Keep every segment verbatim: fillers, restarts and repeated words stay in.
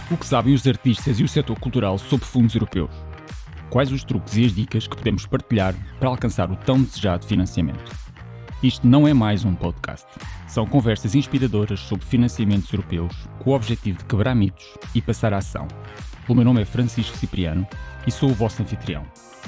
O que sabem os artistas e o setor cultural sobre fundos europeus? Quais os truques e as dicas que podemos partilhar para alcançar o tão desejado financiamento? Isto não é mais um podcast. São conversas inspiradoras sobre financiamentos europeus com o objetivo de quebrar mitos e passar à ação. O meu nome é Francisco Cipriano e sou o vosso anfitrião.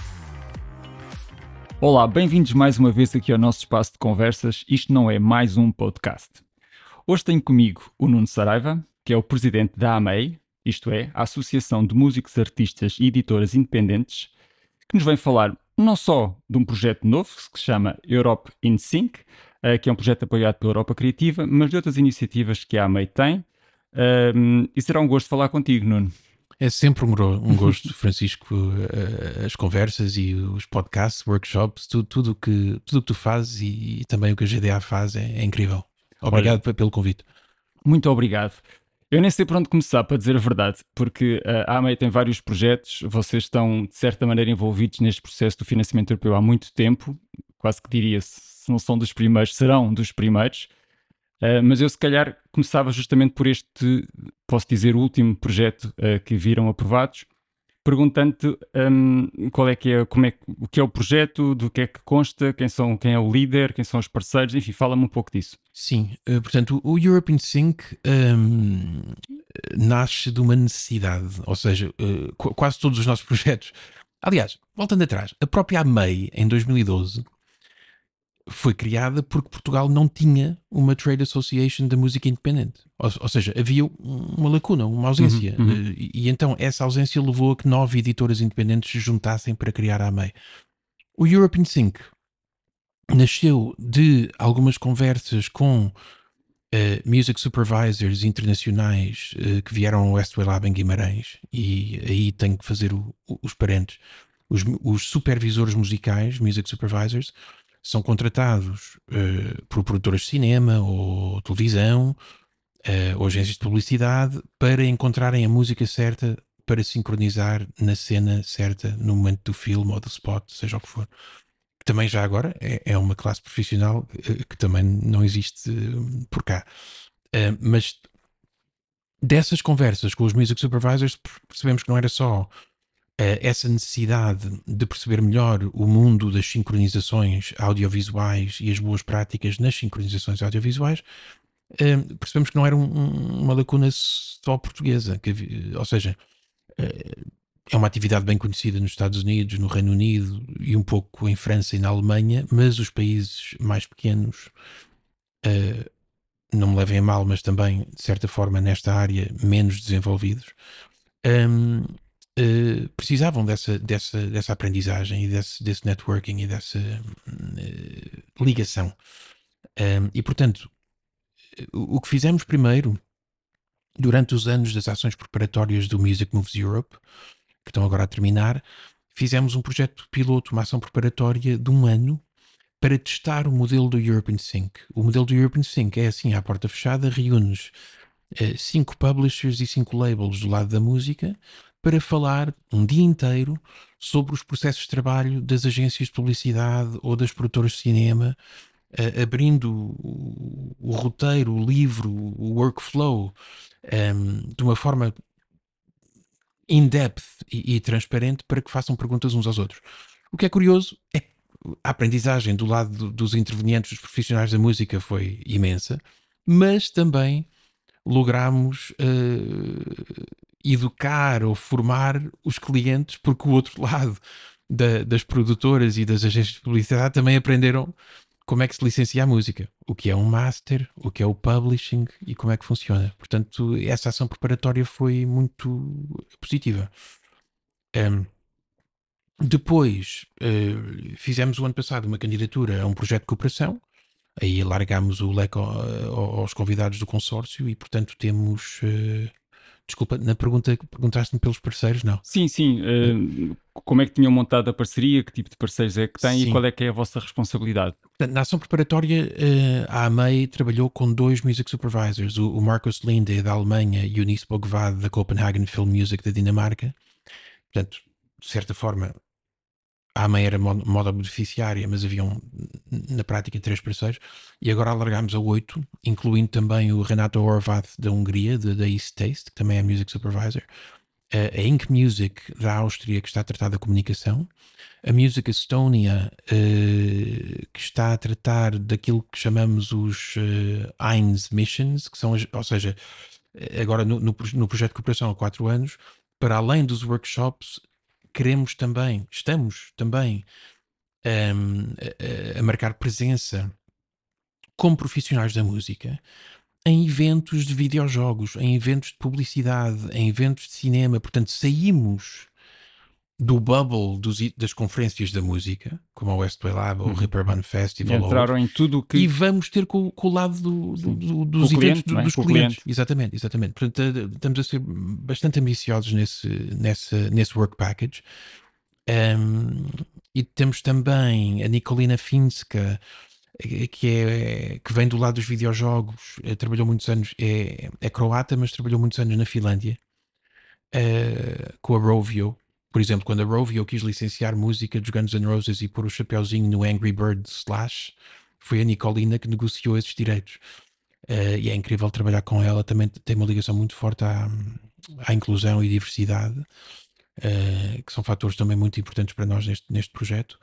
Olá, bem-vindos mais uma vez aqui ao nosso espaço de conversas. Isto não é mais um podcast. Hoje tenho comigo o Nuno Saraiva, que é o presidente da A M E I, isto é, a Associação de Músicos, Artistas e Editoras Independentes, que nos vem falar não só de um projeto novo que se chama Europe in Sync, uh, que é um projeto apoiado pela Europa Criativa, mas de outras iniciativas que a A M E I tem. Uh, e será um gosto falar contigo, Nuno. É sempre um, um gosto, Francisco, uh, as conversas e os podcasts, workshops, tudo, tudo que, tudo o que tu fazes e, e também o que a G D A faz é, é incrível. Obrigado Olha, pelo convite. Muito obrigado. Eu nem sei por onde começar, para dizer a verdade, porque a A M E I tem vários projetos, vocês estão de certa maneira envolvidos neste processo do financiamento europeu há muito tempo, quase que diria, se não são dos primeiros, serão dos primeiros, uh, mas eu se calhar começava justamente por este, posso dizer, o último projeto uh, que viram aprovados, perguntando-te um, qual é que é, como é, o que é o projeto, do que é que consta, quem, são, quem é o líder, quem são os parceiros, enfim, fala-me um pouco disso. Sim, uh, portanto, o Europe in Sync um, nasce de uma necessidade, ou seja, uh, qu- quase todos os nossos projetos. Aliás, voltando atrás, a própria A M E I, em dois mil e doze, foi criada porque Portugal não tinha uma Trade Association da música independente. Ou, ou seja, havia uma lacuna, uma ausência. Uhum, uhum. E, e então essa ausência levou a que nove editoras independentes se juntassem para criar a A M E I. O Europe in Sync nasceu de algumas conversas com uh, music supervisors internacionais uh, que vieram ao Westway Lab em Guimarães, e aí tenho que fazer o, o, os parentes. Os, os supervisores musicais, music supervisors, são contratados uh, por produtoras de cinema ou televisão uh, ou agências de publicidade para encontrarem a música certa para sincronizar na cena certa no momento do filme ou do spot, seja o que for. Também já agora é, é uma classe profissional uh, que também não existe uh, por cá. Uh, mas dessas conversas com os music supervisors percebemos que não era só essa necessidade de perceber melhor o mundo das sincronizações audiovisuais e as boas práticas nas sincronizações audiovisuais, percebemos que não era um, uma lacuna só portuguesa, que, ou seja, é uma atividade bem conhecida nos Estados Unidos, no Reino Unido e um pouco em França e na Alemanha, mas os países mais pequenos, não me levem a mal, mas também, de certa forma, nesta área, menos desenvolvidos, Uh, precisavam dessa, dessa, dessa aprendizagem e desse, desse networking e dessa uh, ligação. Um, e, portanto, o, o que fizemos primeiro, durante os anos das ações preparatórias do Music Moves Europe, que estão agora a terminar, fizemos um projeto piloto, uma ação preparatória de um ano, para testar o modelo do Europe in Sync. O modelo do Europe in Sync é assim, à porta fechada, reúnes uh, cinco publishers e cinco labels do lado da música, para falar um dia inteiro sobre os processos de trabalho das agências de publicidade ou das produtoras de cinema, uh, abrindo o, o roteiro, o livro, o workflow, um, de uma forma in-depth e, e transparente para que façam perguntas uns aos outros. O que é curioso é que a aprendizagem do lado do, dos intervenientes, dos profissionais da música, foi imensa, mas também logramos uh, educar ou formar os clientes, porque o outro lado da, das produtoras e das agências de publicidade também aprenderam como é que se licencia a música, o que é um master, o que é o publishing e como é que funciona. Portanto, essa ação preparatória foi muito positiva. Um, depois, uh, fizemos o ano passado uma candidatura a um projeto de cooperação. Aí alargámos o leque aos convidados do consórcio e, portanto, temos... Uh, desculpa, na pergunta que perguntaste-me pelos parceiros, não? Sim, sim. Uh, como é que tinham montado a parceria? Que tipo de parceiros é que têm? Sim. E qual é que é a vossa responsabilidade? Na ação preparatória, uh, a A M E I trabalhou com dois music supervisors, o, o Marcus Linde, da Alemanha, e o Nis Bogvad, da Copenhagen Film Music, da Dinamarca. Portanto, de certa forma, a AMEI era mo- moda beneficiária, mas haviam na prática três parceiros, e agora alargámos a oito, incluindo também o Renato Horvath da Hungria, de- da East Taste, que também é Music Supervisor, a a Ink Music da Áustria, que está a tratar da comunicação, a Music Estonia, eh, que está a tratar daquilo que chamamos os eh, Eins Missions, que são, as- ou seja, eh, agora no, no, pro- no projeto de cooperação há quatro anos, para além dos workshops, queremos também, estamos também ehm, a, a- a marcar presença como profissionais da música em eventos de videojogos, em eventos de publicidade, em eventos de cinema. Portanto, saímos do bubble dos i- das conferências da música, como a Westway Lab, ou o Uhum. Reeperbahn E Festival ou outro, entraram em tudo o e que. vamos ter com, com o lado do- do- Sim. do- Com o dos eventos cliente, do- não é? dos Com o clientes. cliente. Exatamente, exatamente. Portanto, eh, estamos a ser bastante ambiciosos nesse, nesse, nesse work package. Um, e temos também a Nikolina Finska, eh, que, é, que vem do lado dos videojogos, eh, trabalhou muitos anos, é, é croata, mas trabalhou muitos anos na Finlândia, eh, com a Rovio. Por exemplo, quando a Rovio quis licenciar música dos Guns N' Roses e pôr o chapeuzinho no Angry Bird Slash, foi a Nicolina que negociou esses direitos. Eh, e é incrível trabalhar com ela, também tem uma ligação muito forte à, à inclusão e diversidade, eh, que são fatores também muito importantes para nós neste, neste projeto.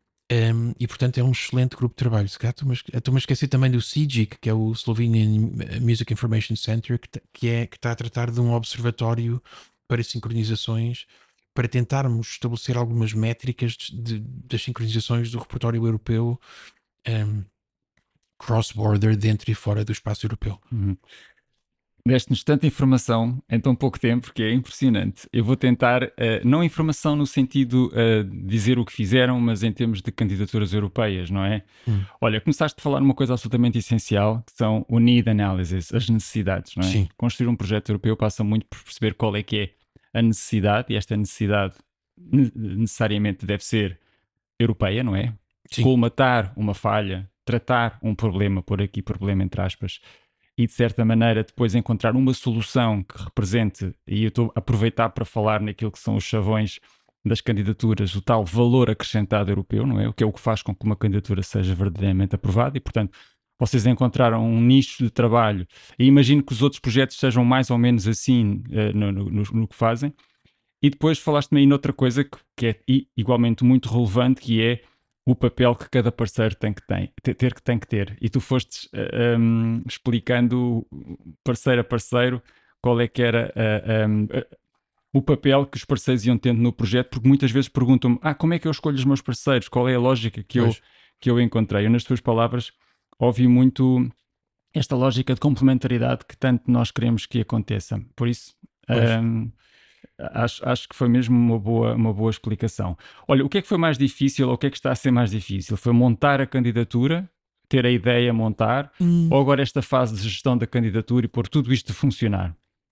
Um, e portanto é um excelente grupo de trabalho. Se calhar estou-me a esque- estou-me a esquecer também do S I G I C, que é o Slovenian Music Information Center, que, te- que é, que está a tratar de um observatório para sincronizações, para tentarmos estabelecer algumas métricas de- de- das sincronizações do repertório europeu, um, cross-border, dentro e fora do espaço europeu. Uhum. Deste-nos tanta informação em tão pouco tempo que é impressionante. Eu vou tentar, eh, não informação no sentido eh, de dizer o que fizeram, mas em termos de candidaturas europeias, não é? Hum, Olha, começaste a falar numa coisa absolutamente essencial, que são o need analysis, as necessidades, não é? sim, Construir um projeto europeu passa muito por perceber qual é que é a necessidade, e esta necessidade ne- necessariamente deve ser europeia, não é? sim, Colmatar uma falha, tratar um problema, por aqui problema entre aspas, e de certa maneira depois encontrar uma solução que represente, e eu estou a aproveitar para falar naquilo que são os chavões das candidaturas, o tal valor acrescentado europeu, não é? O que é o que faz com que uma candidatura seja verdadeiramente aprovada e, portanto, vocês encontraram um nicho de trabalho e imagino que os outros projetos sejam mais ou menos assim eh, no, no- no- no que fazem. E depois falaste-me aí noutra coisa que, que é i- igualmente muito relevante, que é o papel que cada parceiro tem que, tem, te- ter, que tem que ter. E tu fostes eh, um, explicando parceiro a parceiro qual é que era eh, um, eh, o papel que os parceiros iam tendo no projeto, porque muitas vezes perguntam-me, ah, como é que eu escolho os meus parceiros? Qual é a lógica que eu, pois, que eu encontrei? Eu, nas tuas palavras, ouvi muito esta lógica de complementaridade que tanto nós queremos que aconteça. Por isso, pois. um, Acho, acho que foi mesmo uma boa, uma boa explicação. Olha, o que é que foi mais difícil ou o que é que está a ser mais difícil? Foi montar a candidatura, ter a ideia, montar, Hum, ou agora esta fase de gestão da candidatura e pôr tudo isto a funcionar?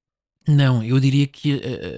Não, eu diria que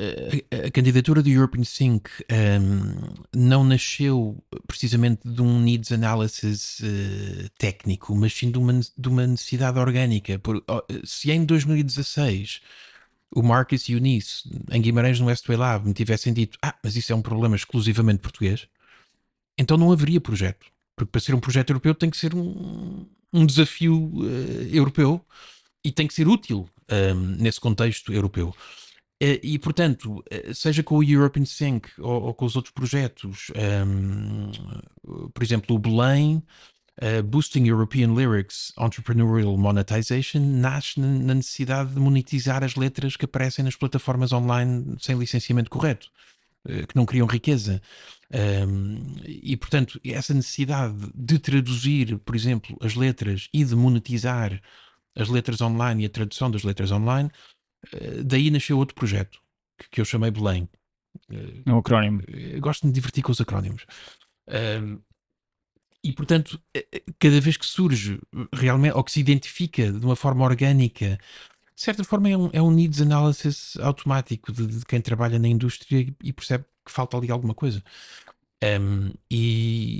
a, a- a candidatura do European Sync ehm, não nasceu precisamente de um needs analysis eh, técnico, mas sim de uma, de uma necessidade orgânica. Por- oh, se em dois mil e dezasseis o Marcus e o Nice, em Guimarães no Westway Lab, me tivessem dito: ah, mas isso é um problema exclusivamente português, então não haveria projeto. Porque para ser um projeto europeu tem que ser um, um desafio eh, europeu e tem que ser útil ehm, nesse contexto europeu. Eh, E, portanto, eh, seja com o European Sync ou, ou com os outros projetos, ehm, por exemplo, o Belém, eh, Boosting European Lyrics Entrepreneurial Monetization, nasce na na necessidade de monetizar as letras que aparecem nas plataformas online sem licenciamento correto, eh, que não criam riqueza. Ehm, e, portanto, essa necessidade de traduzir, por exemplo, as letras e de monetizar as letras online e a tradução das letras online, eh, daí nasceu outro projeto que, que eu chamei Belém. Eh, É um acrónimo. eu gosto de me divertir com os acrónimos. Ahm, e, portanto, eh, eh, cada vez que surge realmente, ou que se identifica de uma forma orgânica, de certa forma é um, é um needs analysis automático de, de quem trabalha na indústria e, e percebe que falta ali alguma coisa. Ahm, e,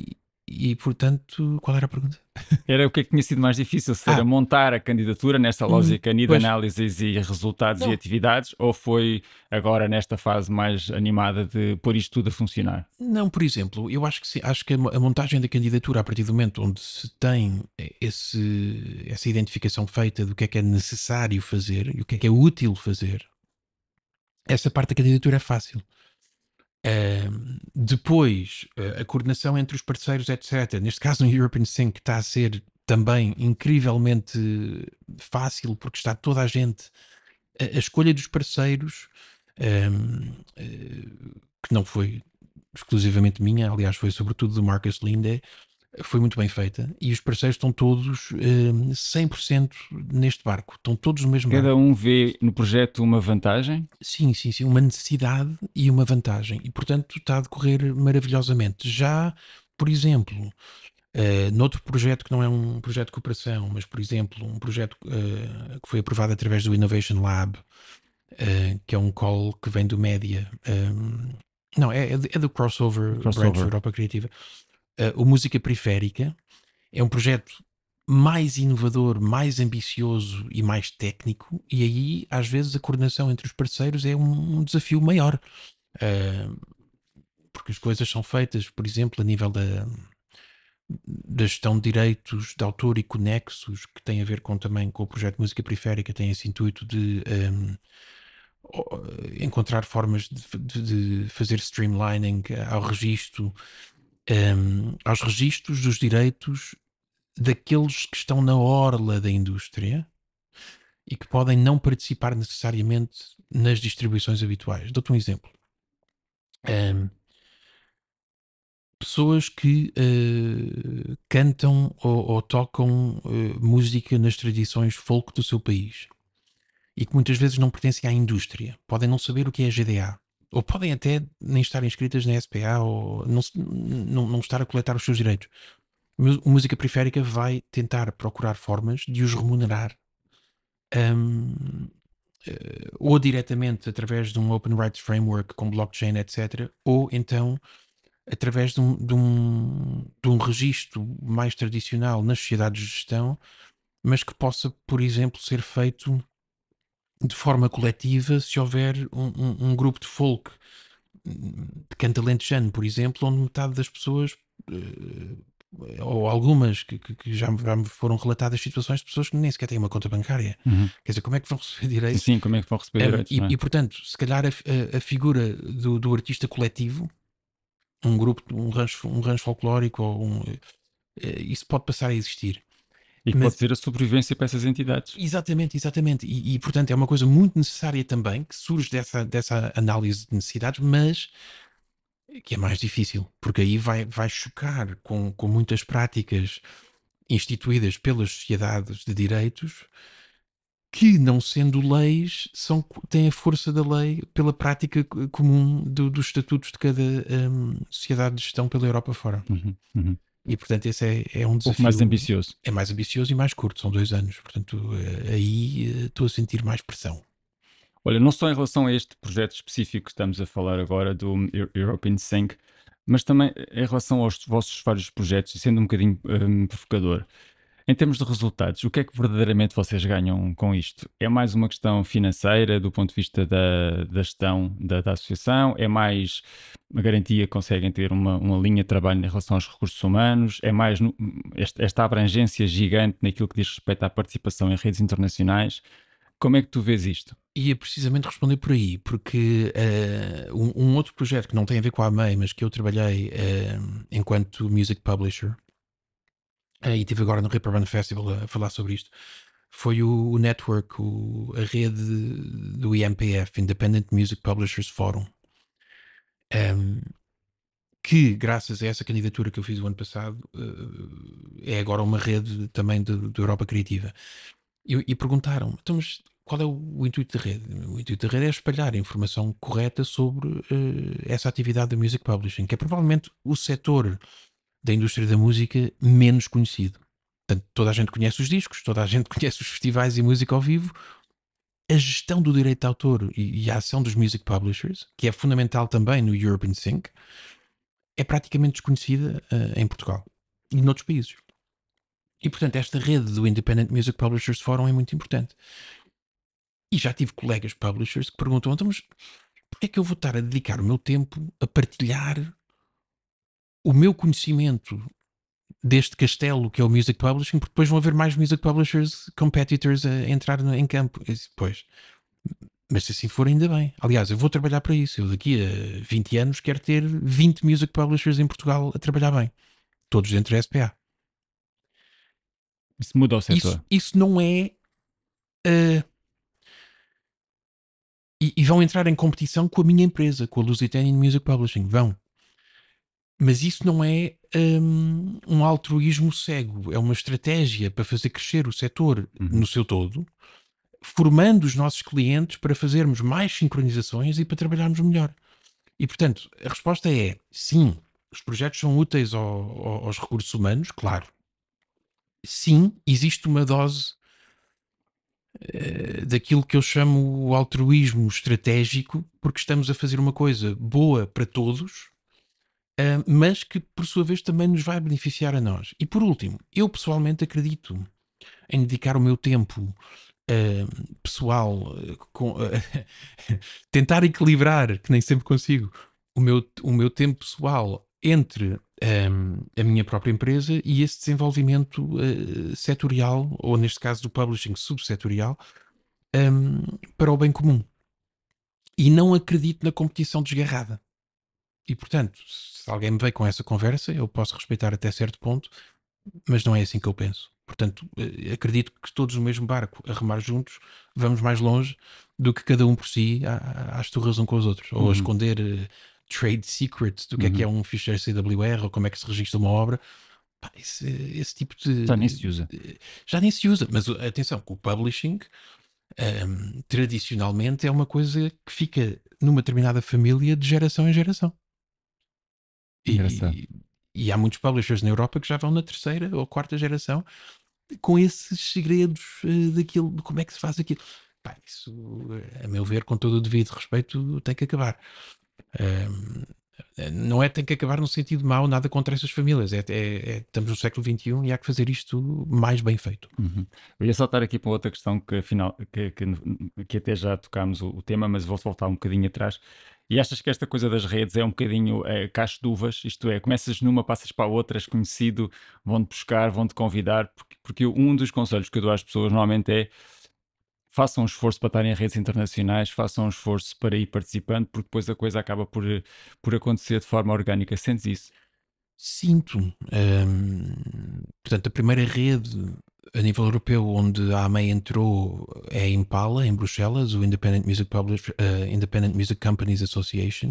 e, portanto, qual era a pergunta? Era o que é que tinha sido mais difícil, se era Ah, montar a candidatura nesta hum, lógica de pois, análises e resultados e não, atividades, ou foi agora nesta fase mais animada de pôr isto tudo a funcionar? não, por exemplo, eu acho que sim, acho que a mo- a montagem da candidatura, a partir do momento onde se tem esse, essa identificação feita do que é que é necessário fazer e o que é que é útil fazer, essa parte da candidatura é fácil. Ahm, depois, eh, a coordenação entre os parceiros, etcétera. Neste caso, no European Sync está a ser também incrivelmente fácil, porque está toda a gente. A, a escolha dos parceiros, ahm, eh, que não foi exclusivamente minha, aliás, foi sobretudo do Marcus Linde, foi muito bem feita. E os parceiros estão todos ahm, cem por cento neste barco, estão todos no mesmo Cada barco. um vê no projeto uma vantagem? Sim, sim, sim, uma necessidade e uma vantagem. E, portanto, está a decorrer maravilhosamente. Já, por exemplo, uh, noutro projeto que não é um projeto de cooperação, mas, por exemplo, um projeto uh, que foi aprovado através do Innovation Lab, uh, que é um call que vem do Média. Um, não, é, é, é do Crossover Branch Crossover. Europa Criativa. Uh, o Música Periférica é um projeto mais inovador, mais ambicioso e mais técnico, e aí às vezes a coordenação entre os parceiros é um, um desafio maior. Uh, porque as coisas são feitas, por exemplo, a nível da, da gestão de direitos de autor e conexos, que tem a ver com, também com o projeto Música Periférica, tem esse intuito de um, encontrar formas de, de, de fazer streamlining ao registro, um, aos registros dos direitos daqueles que estão na orla da indústria e que podem não participar necessariamente nas distribuições habituais. Dou-te um exemplo. Um, pessoas que uh, cantam ou, ou tocam uh, música nas tradições folk do seu país e que muitas vezes não pertencem à indústria, podem não saber o que é a G D A, ou podem até nem estar inscritas na S P A ou não, não, não estar a coletar os seus direitos. O Música Periférica vai tentar procurar formas de os remunerar, um, uh, ou diretamente através de um Open Rights Framework com blockchain, etcétera, ou então através de um, de, um, de um registro mais tradicional nas sociedades de gestão, mas que possa, por exemplo, ser feito de forma coletiva se houver um, um, um grupo de folk de canto alentejano, por exemplo, onde metade das pessoas, uh, ou algumas que, que, que já, me, já, me foram relatadas situações de pessoas que nem sequer têm uma conta bancária. Uhum. Quer dizer, como é que vão receber direitos? Sim, como é que vão receber Um, direitos, e, não é? e, portanto, se calhar a, a, a figura do, do artista coletivo, um grupo, um rancho, um rancho folclórico, ou um, isso pode passar a existir. E que pode Mas, ser a sobrevivência para essas entidades. exatamente, exatamente. E, e, portanto, é uma coisa muito necessária também, que surge dessa, dessa análise de necessidades, mas que é mais difícil, porque aí vai, vai chocar com, com muitas práticas instituídas pelas sociedades de direitos que, não sendo leis, são, têm a força da lei pela prática comum do, dos estatutos de cada um, sociedade de gestão pela Europa fora. Uhum. Uhum. E, portanto, esse é, é um Um pouco mais desafio. ambicioso. É mais ambicioso e mais curto, são dois anos. Portanto, eh, aí eh, estou a sentir mais pressão. Olha, não só em relação a este projeto específico que estamos a falar agora, do Eu- European Sync, mas também em relação aos vossos vários projetos, e sendo um bocadinho hum, provocador, em termos de resultados, o que é que verdadeiramente vocês ganham com isto? É mais uma questão financeira, do ponto de vista da, da gestão da, da associação? É mais uma garantia que conseguem ter uma, uma linha de trabalho em relação aos recursos humanos? É mais no- esta, esta abrangência gigante naquilo que diz respeito à participação em redes internacionais? Como é que tu vês isto? Ia precisamente responder por aí, porque eh, um, um outro projeto que não tem a ver com a AMEI, mas que eu trabalhei eh, enquanto music publisher, eh, e estive agora no Reeperbahn Festival a, a falar sobre isto, foi o, o network, o- a rede do I M P F, Independent Music Publishers Forum, ehm, que, graças a essa candidatura que eu fiz o ano passado, eh, é agora uma rede também de, de Europa Criativa. E, e perguntaram-me, então, mas qual é o, o intuito da rede? O intuito da rede é espalhar a informação correta sobre eh, essa atividade do music publishing, que é provavelmente o setor da indústria da música menos conhecido. Portanto, toda a gente conhece os discos, toda a gente conhece os festivais e música ao vivo. A gestão do direito de autor e, e a ação dos music publishers, que é fundamental também no European Sync, é praticamente desconhecida uh, em Portugal. e noutros países. E, portanto, esta rede do Independent Music Publishers Forum é muito importante. E já tive colegas publishers que perguntam, então, mas porquê é que eu vou estar a dedicar o meu tempo a partilhar o meu conhecimento deste castelo que é o Music Publishing, porque depois vão haver mais Music Publishers competitors a entrar no, em campo. Eu disse, pois, mas se assim for, ainda bem. Aliás, eu vou trabalhar para isso. Eu daqui a vinte anos quero ter vinte Music Publishers em Portugal a trabalhar bem. Todos dentro da S P A. Isso muda o Isso, setor. isso não é... Uh, e, e vão entrar em competição com a minha empresa, com a Lusitanian Music Publishing. Vão. Mas isso não é um, um altruísmo cego. É uma estratégia para fazer crescer o setor Uhum. no seu todo, formando os nossos clientes para fazermos mais sincronizações e para trabalharmos melhor. E, portanto, a resposta é sim, os projetos são úteis ao, ao, aos recursos humanos, claro. Sim, existe uma dose uh, daquilo que eu chamo o altruísmo estratégico, porque estamos a fazer uma coisa boa para todos, uh, mas que, por sua vez, também nos vai beneficiar a nós. E, por último, eu pessoalmente acredito em dedicar o meu tempo uh, pessoal, uh, com, uh, tentar equilibrar, que nem sempre consigo, o meu, o meu tempo pessoal entre um, a minha própria empresa e esse desenvolvimento uh, setorial, ou neste caso do publishing subsetorial, um, para o bem comum. E não acredito na competição desgarrada. E, portanto, se alguém me veio com essa conversa, eu posso respeitar até certo ponto, mas não é assim que eu penso. Portanto, eh, acredito que todos no mesmo barco, a remar juntos, vamos mais longe do que cada um por si às turras um com os outros. Ou a Uhum. esconder uh, trade secrets do que é que é Uhum. um ficheiro C W R ou como é que se registra uma obra. Pá, esse, esse, tipo de, Já nem se usa. de, já nem se usa. Mas atenção, que o publishing um, tradicionalmente é uma coisa que fica numa determinada família de geração em geração. Engraçado. E, e há muitos publishers na Europa que já vão na terceira ou quarta geração com esses segredos uh, daquilo, de como é que se faz aquilo. Pá, isso, a meu ver, com todo o devido respeito, tem que acabar. Um, não é tem que acabar no sentido mau, nada contra essas famílias. É, é, é, estamos no século vinte e um e há que fazer isto mais bem feito. Uhum. Eu ia saltar aqui para outra questão que afinal que, que, que até já tocámos o, o tema, mas vou voltar um bocadinho atrás. E achas que esta coisa das redes é um bocadinho é, cacho de uvas? Isto é, começas numa, passas para a outra, és conhecido, vão-te buscar, vão-te convidar, porque, porque um dos conselhos que eu dou às pessoas normalmente é façam um esforço para estarem em redes internacionais, façam um esforço para ir participando, porque depois a coisa acaba por, por acontecer de forma orgânica. Sentes isso? Sinto. Um, portanto, a primeira rede a nível europeu onde a AMEI entrou é a Impala, em Bruxelas, o Independent Music, Publish, uh, Independent Music Companies Association.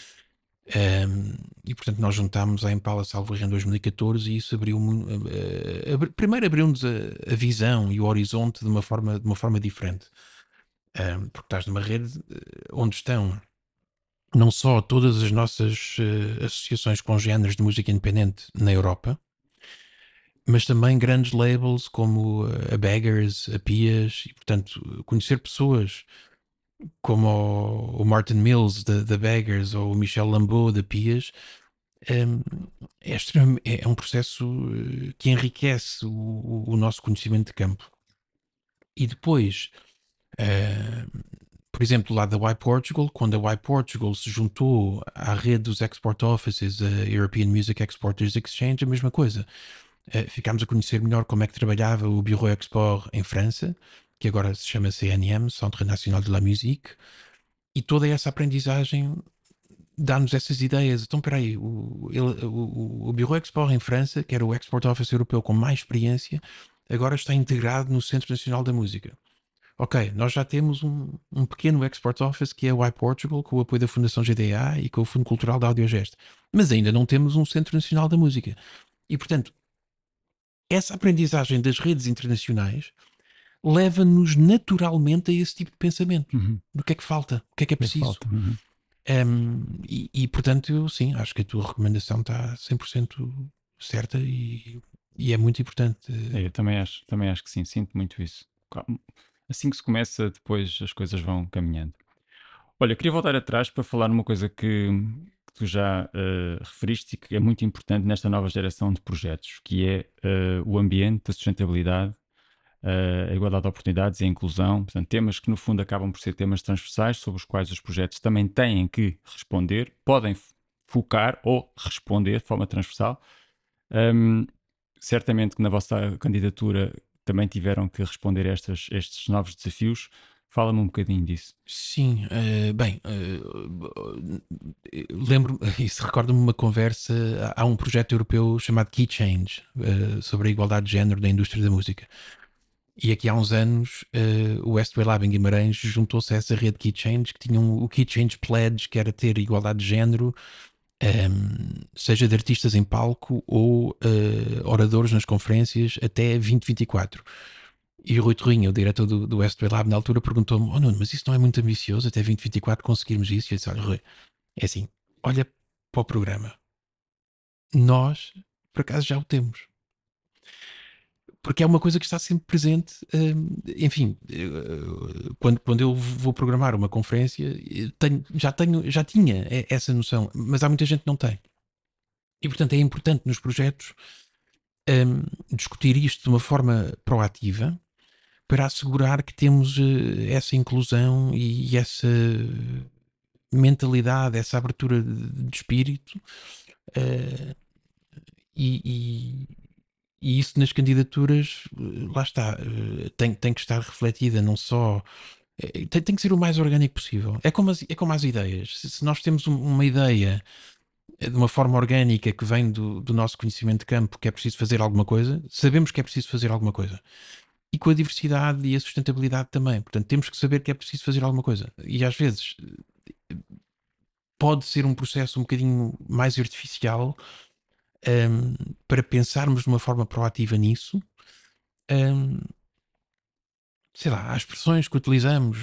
Um, e portanto nós juntámos à Impala, salvo erro, em dois mil e catorze, e isso abriu uh, abri, primeiro abriu-nos a, a visão e o horizonte de uma forma, de uma forma diferente, um, porque estás numa rede uh, onde estão não só todas as nossas uh, associações com géneros de música independente na Europa, mas também grandes labels como a Beggars, a Pias, e portanto conhecer pessoas como o, o Martin Mills da Beggars ou o Michel Lambeau da Pias um, é, é, é um processo uh, que enriquece o, o, nosso conhecimento de campo. E depois, uh, por exemplo, lá da Y Portugal, quando a Y Portugal se juntou à rede dos export offices, a European Music Exporters Exchange, a mesma coisa. Uh, ficámos a conhecer melhor como é que trabalhava o Bureau Export em França, que agora se chama C N M, Centre National de la Musique, e toda essa aprendizagem dá-nos essas ideias. Então, espera aí, o, ele, o, o Bureau Export em França, que era o Export Office europeu com mais experiência, agora está integrado no Centro Nacional da Música. Ok, nós já temos um, um pequeno Export Office que é o iPortugal, com o apoio da Fundação G D A e com o Fundo Cultural da Audiogest. Mas ainda não temos um Centro Nacional da Música. E, portanto, essa aprendizagem das redes internacionais leva-nos naturalmente a esse tipo de pensamento. Uhum. Do que é que falta? O que é que é O que é que preciso? falta? Uhum. Um, e, e, portanto, eu, sim, acho que a tua recomendação está cem por cento certa e, e é muito importante. É, eu também acho, também acho que sim, sinto muito isso. Assim que se começa, depois as coisas vão caminhando. Olha, queria voltar atrás para falar numa coisa que que tu já uh, referiste e que é muito importante nesta nova geração de projetos, que é uh, o ambiente, a sustentabilidade, uh, a igualdade de oportunidades e a inclusão. Portanto, temas que no fundo acabam por ser temas transversais sobre os quais os projetos também têm que responder, podem focar ou responder de forma transversal. Um, certamente que na vossa candidatura também tiveram que responder a estas, estes novos desafios. Fala-me um bocadinho disso. Sim, eh, bem, eh, lembro, isso recorda-me uma conversa, há há um projeto europeu chamado Key Change, eh, sobre a igualdade de género da indústria da música. E aqui há uns anos, eh, o Westway Lab em Guimarães juntou-se a essa rede Key Change, que tinham o Key Change Pledge, que era ter igualdade de género, ehm, seja de artistas em palco ou eh, oradores nas conferências, até vinte vinte e quatro. E o Rui Torrinho, o diretor do, do Westway Lab, na altura perguntou-me: Oh Nuno, mas isso não é muito ambicioso, até vinte vinte e quatro conseguirmos isso? E eu disse: Olha, Rui, é assim, olha para o programa. Nós, por acaso, já o temos. Porque é uma coisa que está sempre presente. hum, enfim, eu, quando, quando eu vou programar uma conferência, eu tenho- já, tenho, já tinha e- essa noção, mas há muita gente que não tem. E, portanto, é importante nos projetos hum, discutir isto de uma forma proativa para assegurar que temos eh, essa inclusão e essa mentalidade, essa abertura de, de espírito, eh, e, e- e isso nas candidaturas, eh, lá está, eh, tem, tem que estar refletida, não só. eh, Tem, tem que ser o mais orgânico possível. É como as, é como as ideias. Se, se nós temos um- uma ideia eh, de uma forma orgânica que vem do, do nosso conhecimento de campo, que é preciso fazer alguma coisa, sabemos que é preciso fazer alguma coisa. E com a diversidade e a sustentabilidade também. Portanto, temos que saber que é preciso fazer alguma coisa. E às vezes pode ser um processo um bocadinho mais artificial, hum, para pensarmos de uma forma proativa nisso. Hum, sei lá, as expressões que utilizamos,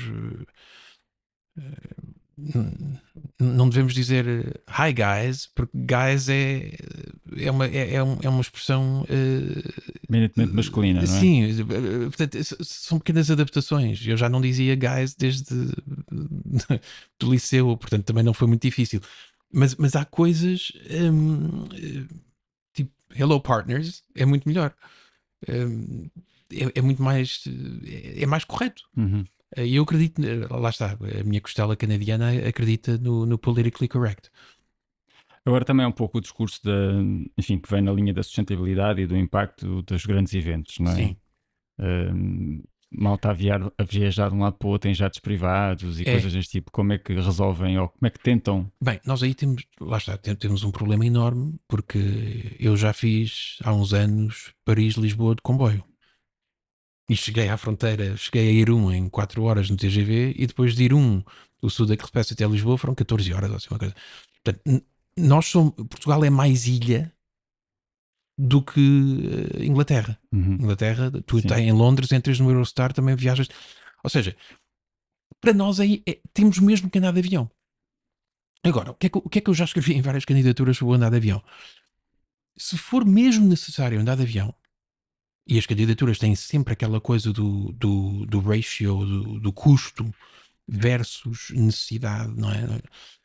eh, n- não devemos dizer eh, hi guys, porque guys é, é, uma, é, é um- é uma expressão. Eminentemente masculina, eh, não é? sim, eh, portanto, s- são pequenas adaptações. Eu já não dizia guys desde do liceu, portanto também não foi muito difícil. Mas, mas há coisas, hum, eh, tipo hello partners, é muito melhor. Hum, é, é muito mais, eh, é mais correto. Uhum. Eh, E eu acredito, eh, lá está, a minha costela canadiana acredita no, no politically correct. Agora também é um pouco o discurso da, enfim, que vem na linha da sustentabilidade e do impacto dos grandes eventos, não é? Sim, Um, malta a, viar, a viajar de um lado para o outro em jatos privados e é. coisas deste tipo, como é que resolvem ou como é que tentam? Bem, nós aí temos, lá está, tem- temos um problema enorme, porque eu já fiz há uns anos Paris-Lisboa de comboio. E cheguei à fronteira, cheguei a Irum em quatro horas no T G V, e depois de Irum, o sul da Express até Lisboa, foram catorze horas, ou assim, uma coisa. Portanto, n- nós somos, Portugal é mais ilha do que eh, Inglaterra. Uhum. Inglaterra, tu Sim. estás em Londres, entras no Eurostar, também viajas. Ou seja, para nós aí é- temos mesmo que andar de avião. Agora, o que, é que, eu- o que é que eu já escrevi em várias candidaturas sobre o andar de avião? Se for mesmo necessário andar de avião, e as candidaturas têm sempre aquela coisa do, do, do ratio, do, do custo versus necessidade, não é?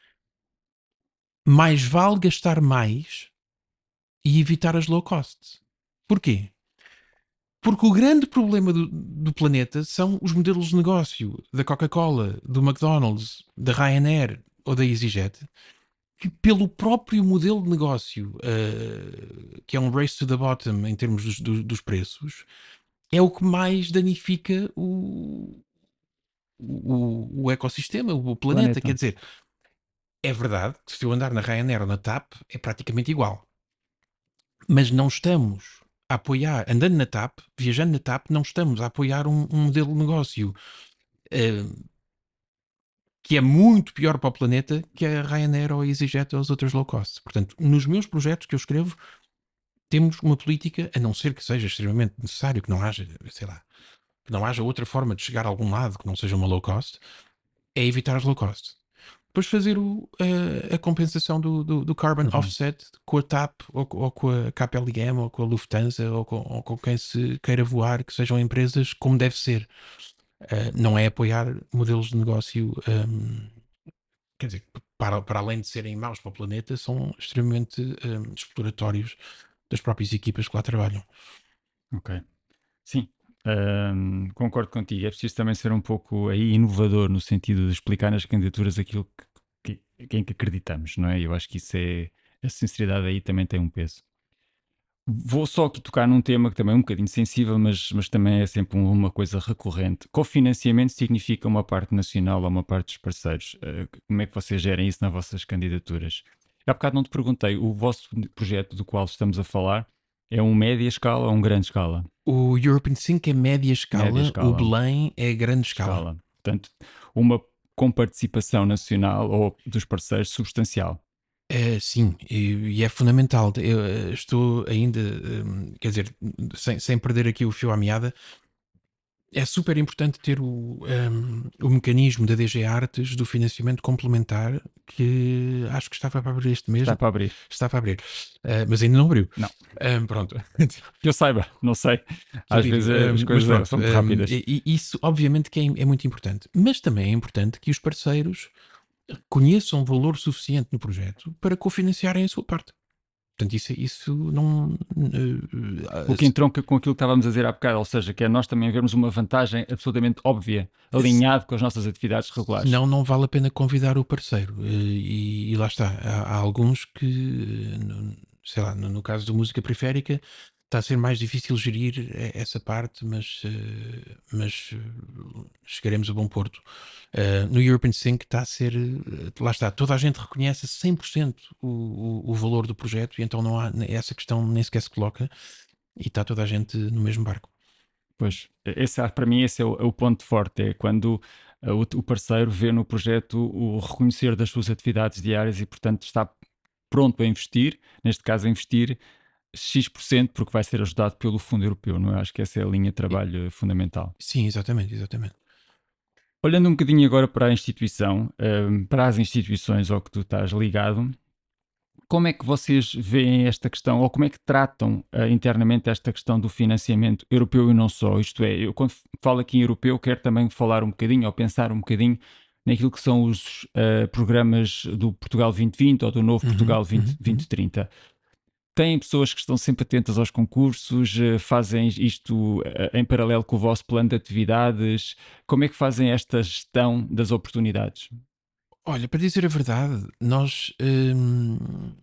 Mais vale gastar mais e evitar as low cost. Porquê? Porque o grande problema do, do planeta são os modelos de negócio da Coca-Cola, do McDonald's, da Ryanair ou da EasyJet, que pelo próprio modelo de negócio, uh, que é um race to the bottom em termos dos, dos, dos preços, é o que mais danifica o, o, o ecossistema, o planeta. Quer Planeta. dizer, é verdade que se eu andar na Ryanair ou na TAP é praticamente igual, mas não estamos a apoiar, andando na TAP, viajando na TAP, não estamos a apoiar um, um modelo de negócio uh, que é muito pior para o planeta que a Ryanair ou a EasyJet ou as outras low cost. Portanto, nos meus projetos que eu escrevo, temos uma política, a não ser que seja extremamente necessário, que não haja, sei lá, que não haja outra forma de chegar a algum lado que não seja uma low cost, é evitar as low cost. Depois fazer o, a, a compensação do, do, do carbon Carbono. offset com a TAP ou, ou com a K P L M ou com a Lufthansa ou com, ou com quem se queira voar, que sejam empresas como deve ser. Uh, não é apoiar modelos de negócio, um, quer dizer, para, para além de serem maus para o planeta, são extremamente hum, exploratórios das próprias equipas que lá trabalham. Ok. Sim, hum, concordo contigo. É preciso também ser um pouco aí inovador no sentido de explicar nas candidaturas aquilo que, que, em que acreditamos, não é? Eu acho que isso é, a sinceridade aí também tem um peso. Vou só aqui tocar num tema que também é um bocadinho sensível, mas, mas também é sempre um- uma coisa recorrente. Cofinanciamento significa uma parte nacional ou uma parte dos parceiros. Eh, como é que vocês gerem isso nas vossas candidaturas? Há bocado não te perguntei, o vosso projeto do qual estamos a falar é um média escala ou um grande escala? O European Sync é média Média escala, o escala, Belém é grande escala. escala. Portanto, uma com participação nacional ou dos parceiros substancial. É, sim, e, e é fundamental. Eu eh, estou ainda, hum, quer dizer, sem, sem perder aqui o fio à meada, é super importante ter o, hum, o mecanismo da D G Artes do financiamento complementar, que acho que estava para abrir este mês. Está para abrir? Está para abrir, Eh, mas ainda não abriu. Não. Hum, pronto. Que eu saiba, não sei. Às Delírio. vezes eh, as Hum, mas coisas eh, pronto, são muito hum, rápidas. e, e isso obviamente que é, é muito importante. Mas também é importante que os parceiros conheçam valor suficiente no projeto para cofinanciarem a sua parte. Portanto, isso, isso não. O eh, que entronca com aquilo que estávamos a dizer há bocado, ou seja, que é nós também vermos uma vantagem absolutamente óbvia, se- alinhado com as nossas atividades regulares. Senão não vale a pena convidar o parceiro. Eh, E, e lá está. Há, há alguns que, eh, no- sei lá, no, no caso da música periférica, está a ser mais difícil gerir eh, essa parte, mas, eh, mas eh, chegaremos a bom porto. Eh, no European Sync está a ser, eh, lá está, toda a gente reconhece a cem por cento o, o, o valor do projeto e então não há, essa questão nem sequer se coloca e está toda a gente no mesmo barco. Pois, esse, é- para mim esse é o, é o ponto forte, é quando uh, o, o parceiro vê no projeto o reconhecer das suas atividades diárias e, portanto, está pronto a investir, neste caso a investir X por cento porque vai ser ajudado pelo Fundo Europeu, não é? Acho que essa é a linha de E- trabalho fundamental. Sim, exatamente, exatamente. Olhando um bocadinho agora para a instituição, um, para as instituições ao que tu estás ligado, como é que vocês veem esta questão, ou como é que tratam uh, internamente esta questão do financiamento europeu e não só? Isto é, eu quando falo aqui em europeu, quero também falar um bocadinho, ou pensar um bocadinho naquilo que são os uh, programas do Portugal vinte vinte ou do novo Uhum, Portugal vinte, uhum, uhum. vinte trinta. Têm pessoas que estão sempre atentas aos concursos, uh, fazem isto uh, em paralelo com o vosso plano de atividades. Como é que fazem esta gestão das oportunidades? Olha, para dizer a verdade, nós hum,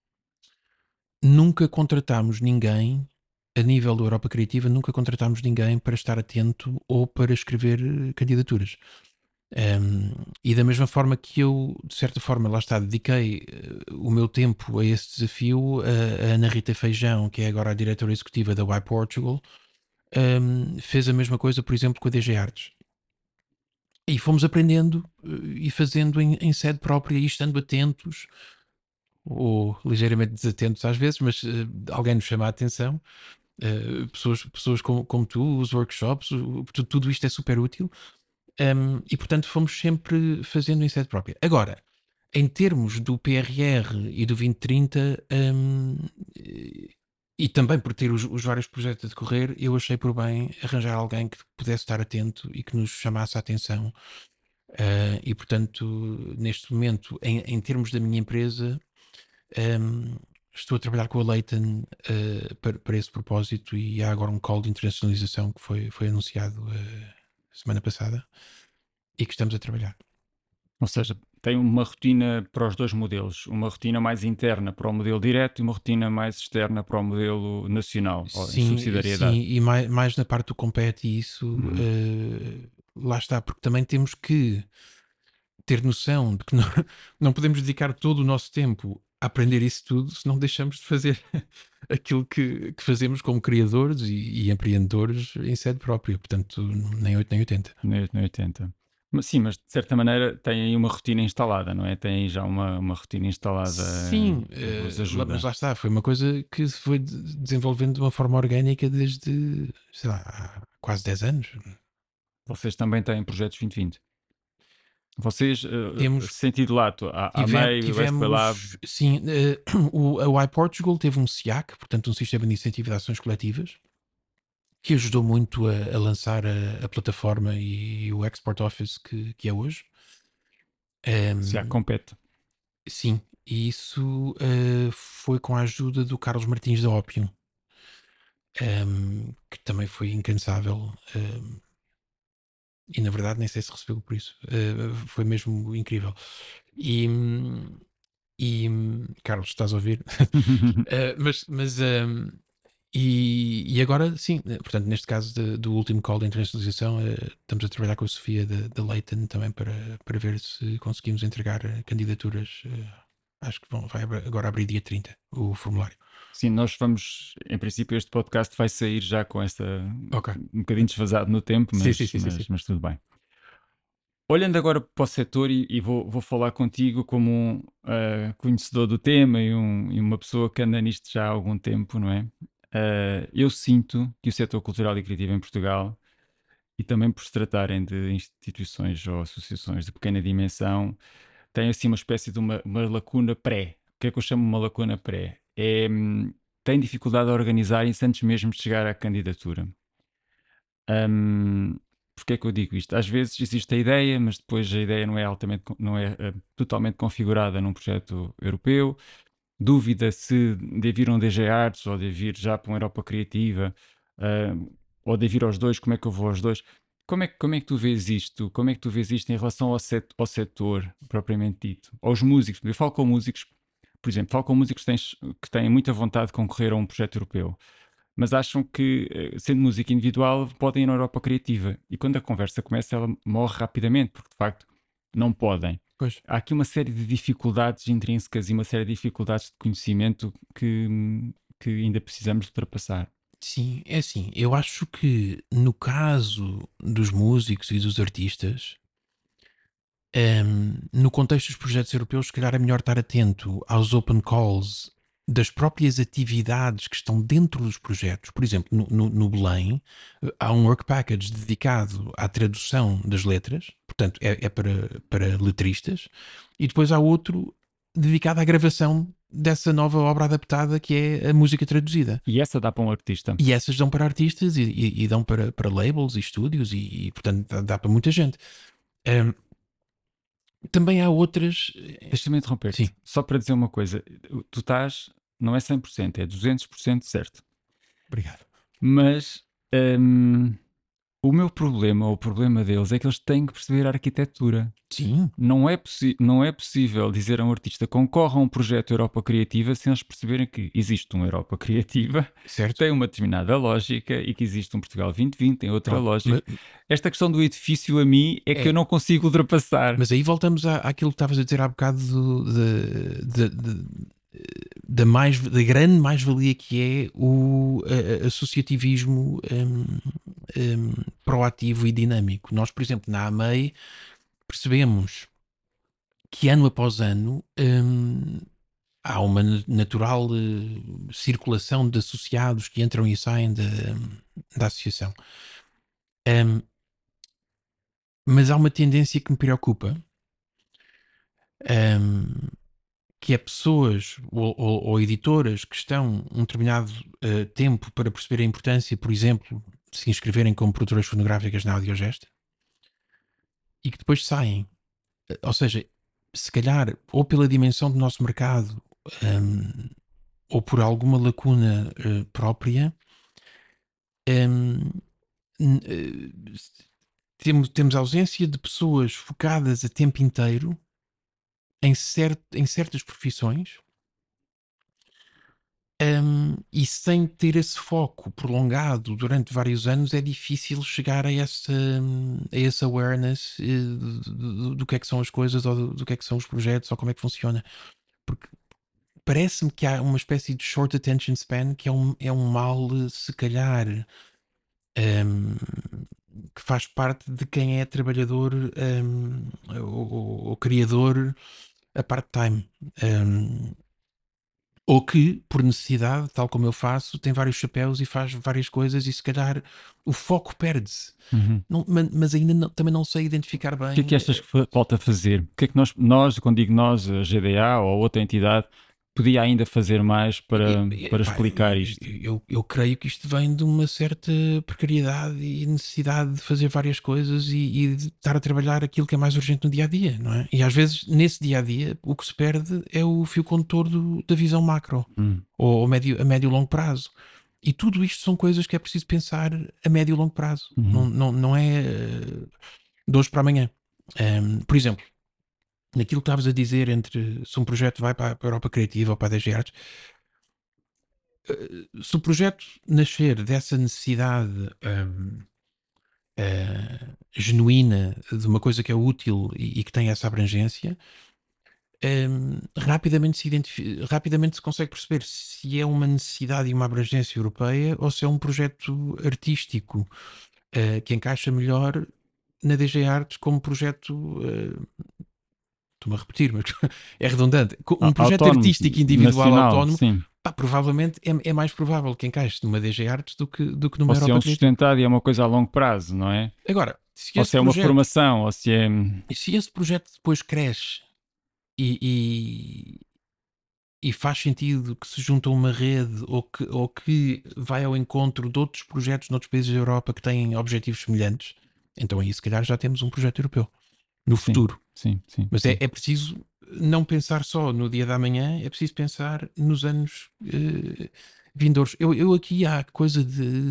nunca contratámos ninguém, a nível da Europa Criativa, nunca contratámos ninguém para estar atento ou para escrever eh, candidaturas. Hum, e da mesma forma que eu, de certa forma, lá está, dediquei eh, o meu tempo a esse desafio, a, a Ana Rita Feijão, que é agora a diretora executiva da Y Portugal, hum, fez a mesma coisa, por exemplo, com a D G Artes. E fomos aprendendo eh, e fazendo em, em sede própria e estando atentos, ou ligeiramente desatentos às vezes, mas eh, alguém nos chama a atenção. Eh, pessoas pessoas como, como tu, os workshops, o- tu- tudo isto é super útil. Um, e portanto fomos sempre fazendo em sede própria. Agora, em termos do P R R e do vinte trinta, um, e, e também por ter os, os vários projetos a decorrer, eu achei por bem arranjar alguém que pudesse estar atento e que nos chamasse a atenção. Uh, e portanto, neste momento, em, em termos da minha empresa, um, estou a trabalhar com a Leighton uh, para, para esse propósito e há agora um call de internacionalização que foi, foi anunciado uh, semana passada e que estamos a trabalhar. Ou seja, tem uma rotina para os dois modelos, uma rotina mais interna para o modelo direto e uma rotina mais externa para o modelo nacional, ou em Sim, subsidiariedade. sim, e mais, mais na parte do compete e isso, Uhum. eh, lá está, porque também temos que ter noção de que não, não podemos dedicar todo o nosso tempo a aprender isso tudo se não deixamos de fazer aquilo que, que fazemos como criadores e, e empreendedores em sede própria, portanto, nem oito nem oitenta. Na na oitenta. Mas, sim, mas de certa maneira tem aí uma rotina instalada, não é? Tem aí já uma, uma rotina instalada Sim, eh, que vos eh, lá- mas ajuda. lá está, foi uma coisa que se foi de- desenvolvendo de uma forma orgânica desde, sei lá, há quase dez anos. Vocês também têm projetos vinte vinte. Vocês, eh, Temos sentido lato, a, a Tive- MEI, o West Bay Lab, tivemos, sim, eh, o, a iPortugal teve um S I A C, portanto um Sistema de Incentivo de Ações Coletivas, que ajudou muito a, a lançar a, a plataforma e o Export Office que, que é hoje. se há Em, compete. sim, e isso uh, foi com a ajuda do Carlos Martins da Opium, um, que também foi incansável. Um, e na verdade nem sei se recebeu por isso. Uh, foi mesmo incrível. E, e Carlos, estás a ouvir? Uh, mas mas um, e, e agora sim, eh, portanto, neste caso de- do último call de internacionalização, uh, estamos a trabalhar com a Sofia da da Leighton também para, para ver se conseguimos entregar uh, candidaturas. Uh, acho que vão, vai abra- agora abrir dia trinta o formulário. Sim, nós vamos, em princípio, este podcast vai sair já com esta Ok. um bocadinho desfasado no tempo, Sim, sim, mas, sim, sim, sim. mas, mas tudo bem. Olhando agora para o setor, e, e vou, vou falar contigo como um ah, conhecedor do tema e, um- e uma pessoa que anda nisto já há algum tempo, não é? Ah, eu sinto que o setor cultural e criativo em Portugal, e também por se tratarem de instituições ou associações de pequena dimensão, tem assim uma espécie de uma, uma lacuna pré. O que é que eu chamo de uma lacuna pré? É, hum, tem dificuldade a organizarem-se antes mesmo de chegar à candidatura. Hum, Porque é que eu digo isto? Às vezes existe a ideia, mas depois a ideia não é altamente, não é eh, totalmente configurada num projeto europeu. Dúvida se deve ir um D G Arts ou deve ir já para uma Europa Criativa, hum, ou deve ir aos dois, como é que eu vou aos dois? Como é, que- como é que tu vês isto? Como é que tu vês isto em relação ao, set, ao setor propriamente dito? Aos músicos? Eu falo com músicos, por exemplo, falo com músicos que têm, que têm muita vontade de concorrer a um projeto europeu, mas acham que, eh, sendo música individual, podem ir na Europa Criativa. E quando a conversa começa, ela morre rapidamente, porque de facto não podem. Pois. Há aqui uma série de dificuldades intrínsecas e uma série de dificuldades de conhecimento que, que ainda precisamos de ultrapassar. Sim, é assim, eu acho que no caso dos músicos e dos artistas, Ehm, no contexto dos projetos europeus, se calhar é melhor estar atento aos open calls das próprias atividades que estão dentro dos projetos. Por exemplo, no, no, no Belém, eh, há um work package dedicado à tradução das letras, portanto, é, é para, para letristas, e depois há outro dedicado à gravação dessa nova obra adaptada que é a música traduzida. E essa dá para um artista. E essas dão para artistas e, e- e dão para, para labels e estúdios e, e, portanto, dá, dá para muita gente. Ehm, também há outras. eh, Deixa-me Sim, interromper-te, só para dizer uma coisa. Tu estás, não é cem por cento, é duzentos por cento certo. obrigado. Mas hum, o meu problema, ou o problema deles, é que eles têm que perceber a arquitetura. Sim, Não é, possi- não é possível dizer a um artista concorra a um projeto Europa Criativa sem eles perceberem que existe uma Europa Criativa que certo. tem uma determinada lógica e que existe um Portugal dois mil e vinte tem outra Pronto. lógica. Ma- Esta questão do edifício a mim é que eu é, não consigo ultrapassar. mas aí voltamos à, àquilo que estavas a dizer há bocado do- de- de- de- da, mais, da grande mais-valia que é o a- a- associativismo hum, hum, proativo e dinâmico. Nós, por exemplo, na AMEI percebemos que ano após ano hum, há uma na- natural eh, circulação de associados que entram e saem da, da associação. Hum, mas há uma tendência que me preocupa, hum, que é pessoas ou, ou- ou editoras que estão um determinado eh, tempo para perceber a importância, por exemplo, de se inscreverem como produtoras fonográficas na Audiogest e que depois saem. Eh, Ou seja, se calhar, ou pela dimensão do nosso mercado, hum, ou por alguma lacuna eh, própria, hum, n- eh, temos, temos ausência de pessoas focadas a tempo inteiro em, cer em certas profissões. Um, e sem ter esse foco prolongado durante vários anos, é difícil chegar a, essa, a esse awareness eh, do, do- do que é que são as coisas, ou do, do que é que são os projetos, ou como é que funciona. Porque parece-me que há uma espécie de short attention span que é um, é um mal, eh, se calhar, um, que faz parte de quem é trabalhador um, ou, ou- ou criador a part-time. Um, ou que, por necessidade, tal como eu faço, tem vários chapéus e faz várias coisas e se calhar o foco perde-se. Uhum. Não- ma- mas ainda não- também não sei identificar O que é bem. que achas eh, que fa- falta fazer? O que é que nós, nós, quando digo nós, a G D A ou outra entidade, podia ainda fazer mais para, E- e- para pá, explicar isto? eu, eu creio que isto vem de uma certa precariedade e necessidade de fazer várias coisas e, e de estar a trabalhar aquilo que é mais urgente no dia a dia, não é? E às vezes, nesse dia a dia, o que se perde é o fio condutor do- da visão macro Hum, ou a médio, a médio e longo prazo. E tudo isto são coisas que é preciso pensar a médio e longo prazo, não, uhum. não, não é eh, de hoje para amanhã. Ehm, por exemplo, naquilo que estavas a dizer entre se um projeto vai para, para a Europa Criativa ou para a D G Arts, eh, se o projeto nascer dessa necessidade hum, eh, genuína de uma coisa que é útil e, e que tem essa abrangência, hum, rapidamente, se identifi- rapidamente se consegue perceber se é uma necessidade e uma abrangência europeia ou se é um projeto artístico eh, que encaixa melhor na D G Arts como projeto. eh, Estou-me a repetir, mas é redundante. Co- Um Au- projeto Autónomo, artístico individual nacional, autónomo, sim. pá, provavelmente é, é mais provável que encaixe numa D G Arts do que, do que numa Ou se é Europa um Criativa. sustentado e é uma coisa a longo prazo, não é? Agora, se Ou esse se é uma projeto, formação, ou se é. se esse projeto depois cresce e, e, e faz sentido que se junta a uma rede ou que, ou que vai ao encontro de outros projetos noutros países da Europa que têm objetivos semelhantes, então aí se calhar já temos um projeto europeu no Sim, futuro. sim, sim, Mas é, sim. é preciso não pensar só no dia da manhã, é preciso pensar nos anos eh, vindouros. Eu, eu aqui há coisa de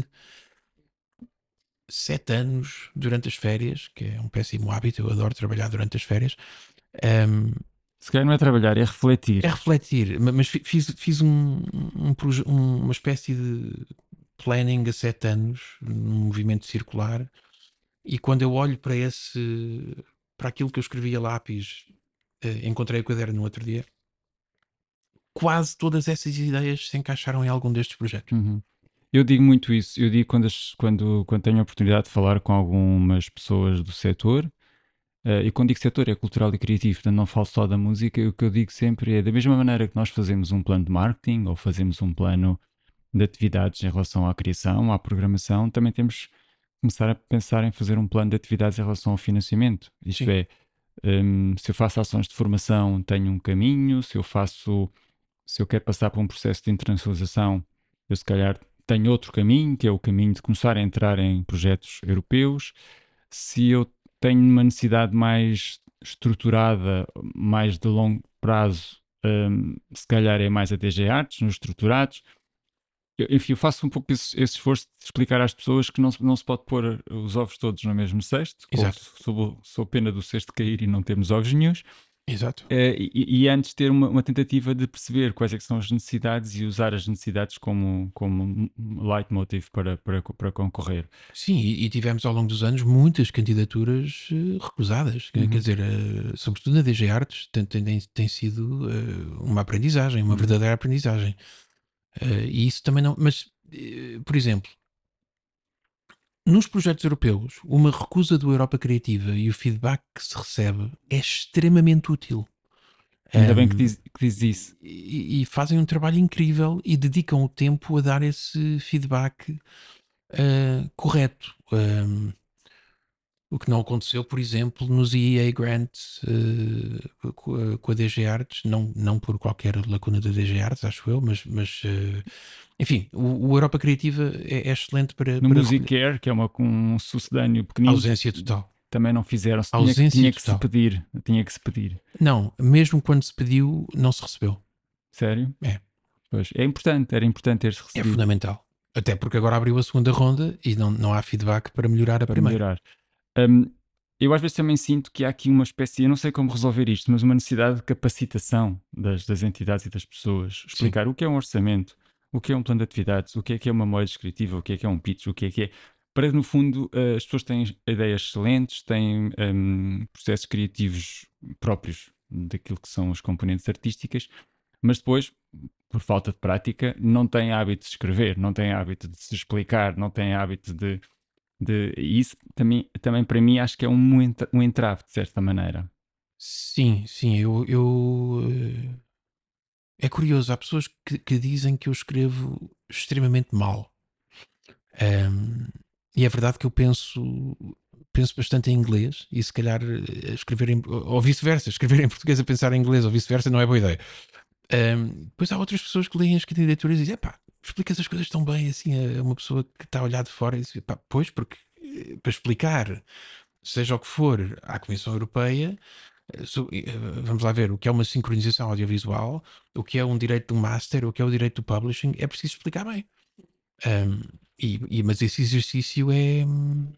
sete anos durante as férias, que é um péssimo hábito, eu adoro trabalhar durante as férias, ehm, Se calhar não é trabalhar, é é refletir. refletir, ma- mas fi- fiz, fiz um, um proje- um- uma espécie de planning a sete anos, num movimento circular, e quando eu olho para esse, para aquilo que eu escrevi a lápis, eh, encontrei o caderno no outro dia, quase todas essas ideias se encaixaram em algum destes projetos. Uhum. Eu digo muito isso. Eu digo quando, as- quando, quando tenho a oportunidade de falar com algumas pessoas do setor, eh, e quando digo setor é cultural e criativo, portanto não falo só da música, o que eu digo sempre é da mesma maneira que nós fazemos um plano de marketing ou fazemos um plano de atividades em relação à criação, à programação, também temos que começar a pensar em fazer um plano de atividades em relação ao financiamento. Isto Sim, é, hum, se eu faço ações de formação, tenho um caminho, se eu faço, se eu quero passar por um processo de internacionalização, eu se calhar tenho outro caminho, que é o caminho de começar a entrar em projetos europeus. Se eu tenho uma necessidade mais estruturada, mais de longo prazo, hum, se calhar é mais a D G Arts, nos estruturados. Eu, enfim, eu faço um pouco esse, esse esforço de explicar às pessoas que não, se- não se pode pôr os ovos todos no mesmo cesto, com, exato, sob, sob pena do cesto cair e não termos ovos nenhuns, exato. eh, e, e antes ter uma, uma tentativa de perceber quais é que são as necessidades e usar as necessidades como, como um leitmotiv para, para, para concorrer. Sim, e, e tivemos ao longo dos anos muitas candidaturas eh, recusadas. Quer quer Uhum, dizer, eh, sobretudo na D G Artes, tem, tem, tem- tem sido eh, uma aprendizagem, uma uhum. verdadeira aprendizagem. Eh, e isso também não. Mas, eh, por exemplo, nos projetos europeus, uma recusa do Europa Criativa e o feedback que se recebe é extremamente útil. Ainda bem que Ehm, diz, que diz isso. e, e fazem um trabalho incrível e dedicam o tempo a dar esse feedback eh, correto. Ehm, o que não aconteceu, por exemplo, nos E E A Grants eh, co- eh, com a D G Arts, não, não por qualquer lacuna da D G Arts, acho eu, mas, mas eh, enfim, o, o Europa Criativa é, é excelente para, No para recolher. Musicare, que é uma, um sucedâneo pequenino, Ausência total. também não fizeram. Tinha, que- Ausência tinha que se total. pedir. Tinha que se pedir. Não, mesmo quando se pediu, não se recebeu. Sério? É, Pois, é importante, era importante ter-se é recebido fundamental. Até porque agora abriu a segunda ronda e não, não há feedback para melhorar a para primeira. melhorar. Hum, eu às vezes também sinto que há aqui uma espécie, eu não sei como resolver isto, mas uma necessidade de capacitação das, das entidades e das pessoas. Sim, Explicar o que é um orçamento, o que é um plano de atividades, o que é que é uma memória descritiva, o que é que é um pitch, o que é que é. Para, no fundo, eh, as pessoas têm ideias excelentes, têm hum, processos criativos próprios daquilo que são as componentes artísticas, mas depois, por falta de prática, não têm hábito de escrever, não têm hábito de se explicar, não têm hábito de de, e isso também, também para mim acho que é um, entra- um entrave, de certa maneira. sim, sim. Eu, eu, eh, é curioso, há pessoas que, que dizem que eu escrevo extremamente mal. Ahm, e é verdade que eu penso, penso bastante em inglês e se calhar eh, escrever em, ou vice-versa, escrever em português a pensar em inglês ou vice-versa não é boa ideia. Um, depois há outras pessoas que leem as candidaturas e dizem, pá, explica essas coisas tão bem assim a uma pessoa que está a olhar de fora e diz, pá, pois, porque eh, para explicar, seja o que for, à Comissão Europeia, eh, so- eh, vamos lá ver o que é uma sincronização audiovisual, o que é um direito do master, o que é o direito do publishing, é preciso explicar bem. Um, e, e- mas esse exercício é, hum,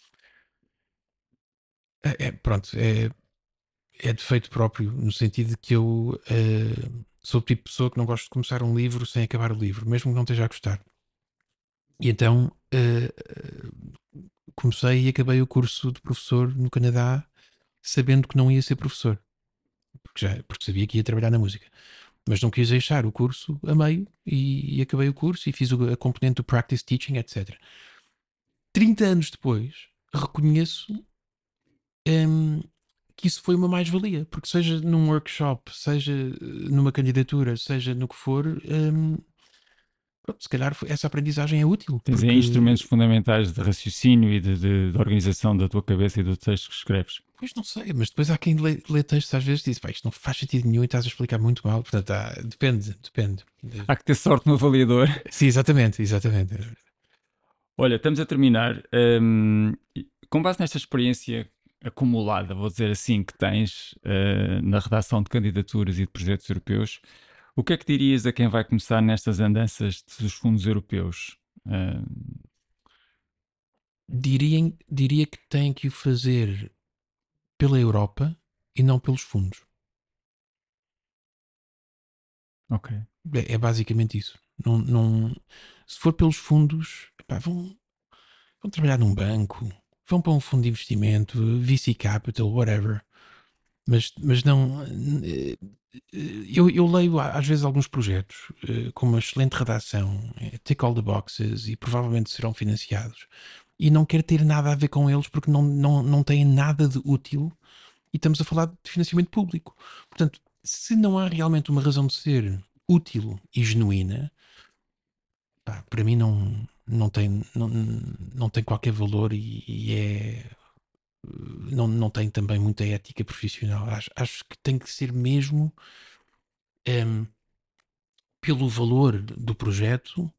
é, é- pronto, é, é defeito próprio, no sentido de que eu eh, sou o tipo de pessoa que não gosto de começar um livro sem acabar o livro, mesmo que não esteja a gostar. E então eh, comecei e acabei o curso de professor no Canadá, sabendo que não ia ser professor, porque, já, porque sabia que ia trabalhar na música. Mas não quis deixar o curso a meio e, e acabei o curso e fiz o- a componente do practice teaching, etcétera. trinta anos depois, reconheço hum, que isso foi uma mais-valia, porque seja num workshop, seja eh, numa candidatura, seja no que for, hum, pronto, se calhar foi- essa aprendizagem é útil, Tens aí porque, instrumentos fundamentais de raciocínio e de, de- de organização da tua cabeça e do texto que escreves. pois não sei, mas depois há quem lê, lê textos às vezes e diz, pá, isto não faz sentido nenhum e estás a explicar muito mal, portanto, há- depende, depende. Há que ter sorte no avaliador. Sim, exatamente, exatamente. Olha, estamos a terminar. Hum, e com base nesta experiência acumulada, vou dizer assim, que tens eh, na redação de candidaturas e de projetos europeus, o que é que dirias a quem vai começar nestas andanças dos fundos europeus? Hum, Diria, diria que tem que o fazer pela Europa e não pelos fundos. ok. É, é basicamente isso. Não, não, se for pelos fundos, pá, vão, vão trabalhar num banco, vão para um fundo de investimento, V C Capital, whatever. Mas, mas não. eh, Eu, eu leio às vezes alguns projetos eh, com uma excelente redação, eh, tick all the boxes e provavelmente serão financiados. E não quero ter nada a ver com eles porque não, não, não têm nada de útil e estamos a falar de financiamento público. Portanto, se não há realmente uma razão de ser útil e genuína, pá, para mim não, não, tem, não, não tem qualquer valor e, e é. Não, não tem também muita ética profissional. Acho, acho que tem que ser mesmo em, pelo valor do projeto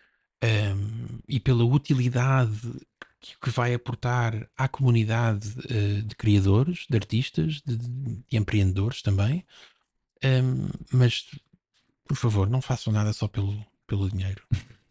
em, e pela utilidade que, que vai aportar à comunidade eh, de criadores, de artistas, de, de empreendedores também. Em, mas, por favor, não façam nada só pelo, pelo dinheiro.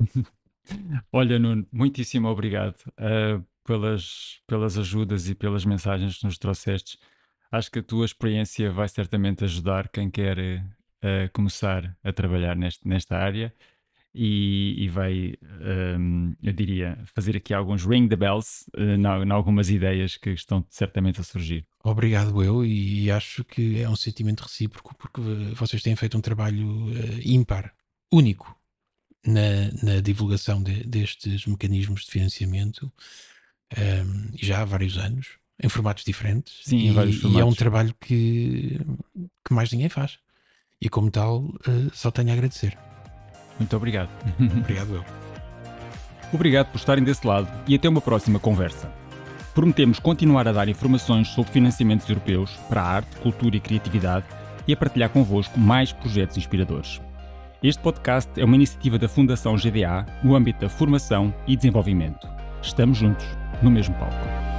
Olha, Nuno, muitíssimo obrigado uh, pelas, pelas ajudas e pelas mensagens que nos trouxestes. Acho que a tua experiência vai certamente ajudar quem quer uh, começar a trabalhar neste, nesta área e, e vai, um, eu diria, fazer aqui alguns ring the bells uh, em algumas ideias que estão certamente a surgir. Obrigado eu e acho que é um sentimento recíproco porque vocês têm feito um trabalho eh, ímpar, único na, na divulgação de- destes mecanismos de financiamento ehm, e já há vários anos, em formatos diferentes Sim, em vários e, e é um formatos. trabalho que, que mais ninguém faz e como tal eh, só tenho a agradecer. Muito obrigado. Obrigado eu. Obrigado por estarem desse lado e até uma próxima conversa. Prometemos continuar a dar informações sobre financiamentos europeus para a arte, cultura e criatividade e a partilhar convosco mais projetos inspiradores. Este podcast é uma iniciativa da Fundação G D A no âmbito da formação e desenvolvimento. Estamos juntos, no mesmo palco.